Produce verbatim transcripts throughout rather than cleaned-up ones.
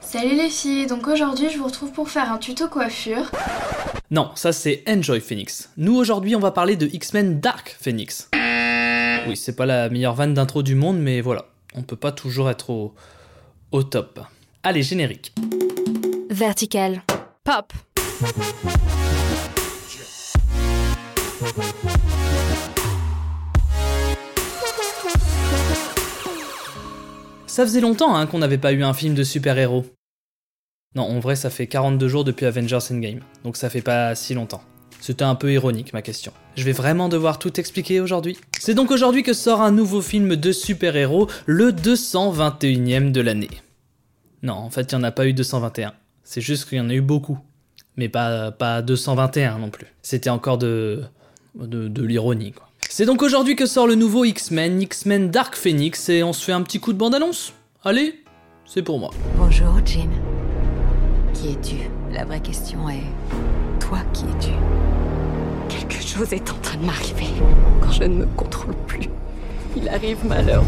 Salut les filles, donc aujourd'hui je vous retrouve pour faire un tuto coiffure. Non, ça c'est Enjoy Phoenix. Nous aujourd'hui on va parler de X-Men Dark Phoenix. Oui, c'est pas la meilleure vanne d'intro du monde, mais voilà, on peut pas toujours être au, au top. Allez, générique. Vertical. Pop. Ça faisait longtemps hein, qu'on n'avait pas eu un film de super-héros. Non, en vrai, ça fait quarante-deux jours depuis Avengers Endgame, donc ça fait pas si longtemps. C'était un peu ironique, ma question. Je vais vraiment devoir tout expliquer aujourd'hui. C'est donc aujourd'hui que sort un nouveau film de super-héros, le deux cent vingt et unième de l'année. Non, en fait, il n'y en a pas eu deux cent vingt et un. C'est juste qu'il y en a eu beaucoup. Mais pas, pas deux cent vingt et un non plus. C'était encore de... de, de l'ironie, quoi. C'est donc aujourd'hui que sort le nouveau X-Men, X-Men Dark Phoenix, et on se fait un petit coup de bande-annonce. Allez, c'est pour moi. Bonjour, Jean. Qui es-tu? La vraie question est... Toi, qui es-tu? Quelque chose est en train de m'arriver. Quand je ne me contrôle plus, il arrive malheur.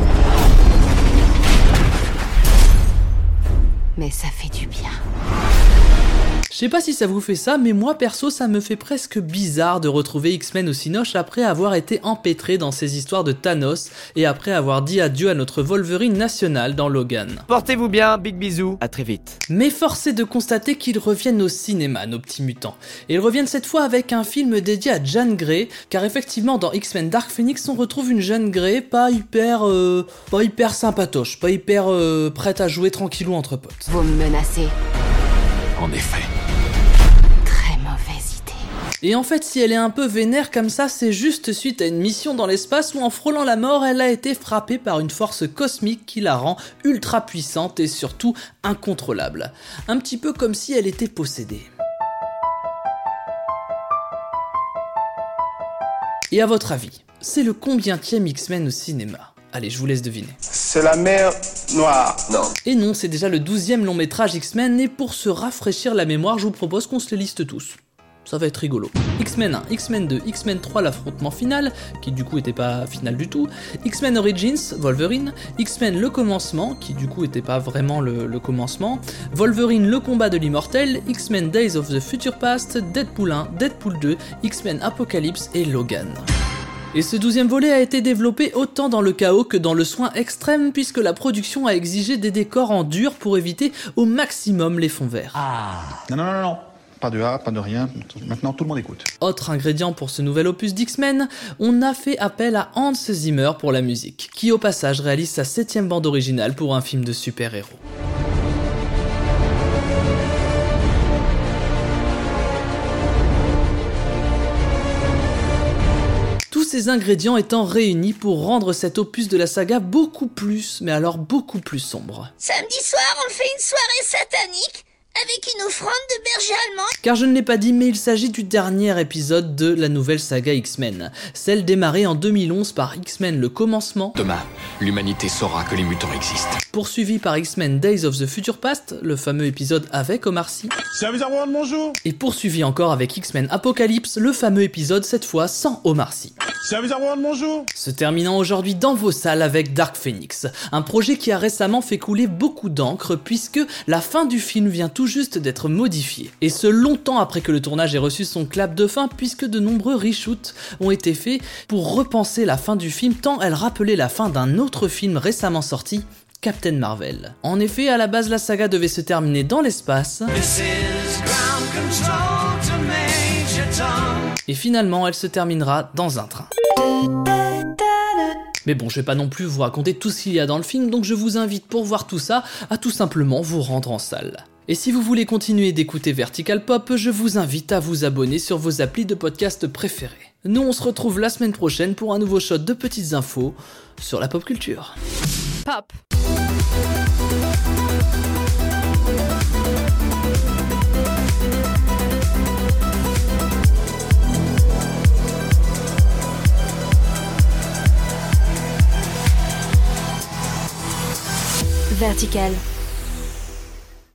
Mais ça fait du bien. Je sais pas si ça vous fait ça, mais moi perso ça me fait presque bizarre de retrouver X-Men au cinoche après avoir été empêtré dans ces histoires de Thanos et après avoir dit adieu à notre Wolverine national dans Logan. Portez-vous bien, big bisous, à très vite. Mais force est de constater qu'ils reviennent au cinéma, nos petits mutants. Et ils reviennent cette fois avec un film dédié à Jean Grey, car effectivement dans X-Men Dark Phoenix on retrouve une Jean Grey pas hyper, euh, pas hyper sympatoche, pas hyper euh, prête à jouer tranquillou entre potes. Vous me menacez. En effet. Et en fait, si elle est un peu vénère comme ça, c'est juste suite à une mission dans l'espace où en frôlant la mort, elle a été frappée par une force cosmique qui la rend ultra puissante et surtout incontrôlable. Un petit peu comme si elle était possédée. Et à votre avis, c'est le combientième X-Men au cinéma ? Allez, je vous laisse deviner. C'est la mer Noire. Non. Et non, c'est déjà le douzième long métrage X-Men, et pour se rafraîchir la mémoire, je vous propose qu'on se les liste tous. Ça va être rigolo. X-Men un, X-Men deux, X-Men trois, l'affrontement final, qui du coup était pas final du tout, X-Men Origins, Wolverine, X-Men le commencement, qui du coup était pas vraiment le, le commencement, Wolverine le combat de l'immortel, X-Men Days of the Future Past, Deadpool un, Deadpool deux, X-Men Apocalypse et Logan. Et ce douzième volet a été développé autant dans le chaos que dans le soin extrême, puisque la production a exigé des décors en dur pour éviter au maximum les fonds verts. Ah. Non, non, non, non. Pas de A, pas de rien, maintenant tout le monde écoute. Autre ingrédient pour ce nouvel opus d'X-Men, on a fait appel à Hans Zimmer pour la musique, qui au passage réalise sa septième bande originale pour un film de super-héros. Tous ces ingrédients étant réunis pour rendre cet opus de la saga beaucoup plus, mais alors beaucoup plus sombre. Samedi soir, on fait une soirée satanique avec une offrande de berger allemand. Car je ne l'ai pas dit, mais il s'agit du dernier épisode de la nouvelle saga X-Men, celle démarrée en deux mille onze par X-Men le commencement. Demain, l'humanité saura que les mutants existent. Poursuivi par X-Men Days of the Future Past, le fameux épisode avec Omar Sy. Service à rendre bonjour. Et poursuivi encore avec X-Men Apocalypse, le fameux épisode cette fois sans Omar Sy. Service à rendre bonjour. Se terminant aujourd'hui dans vos salles avec Dark Phoenix, un projet qui a récemment fait couler beaucoup d'encre puisque la fin du film vient tout juste d'être modifiée. Et ce longtemps après que le tournage ait reçu son clap de fin puisque de nombreux reshoots ont été faits pour repenser la fin du film tant elle rappelait la fin d'un autre film récemment sorti, Captain Marvel. En effet, à la base, la saga devait se terminer dans l'espace. Et finalement, elle se terminera dans un train. Mais bon, je vais pas non plus vous raconter tout ce qu'il y a dans le film, donc je vous invite pour voir tout ça à tout simplement vous rendre en salle. Et si vous voulez continuer d'écouter Vertical Pop, je vous invite à vous abonner sur vos applis de podcast préférés. Nous, on se retrouve la semaine prochaine pour un nouveau shot de petites infos sur la pop culture. Pop. Vertical.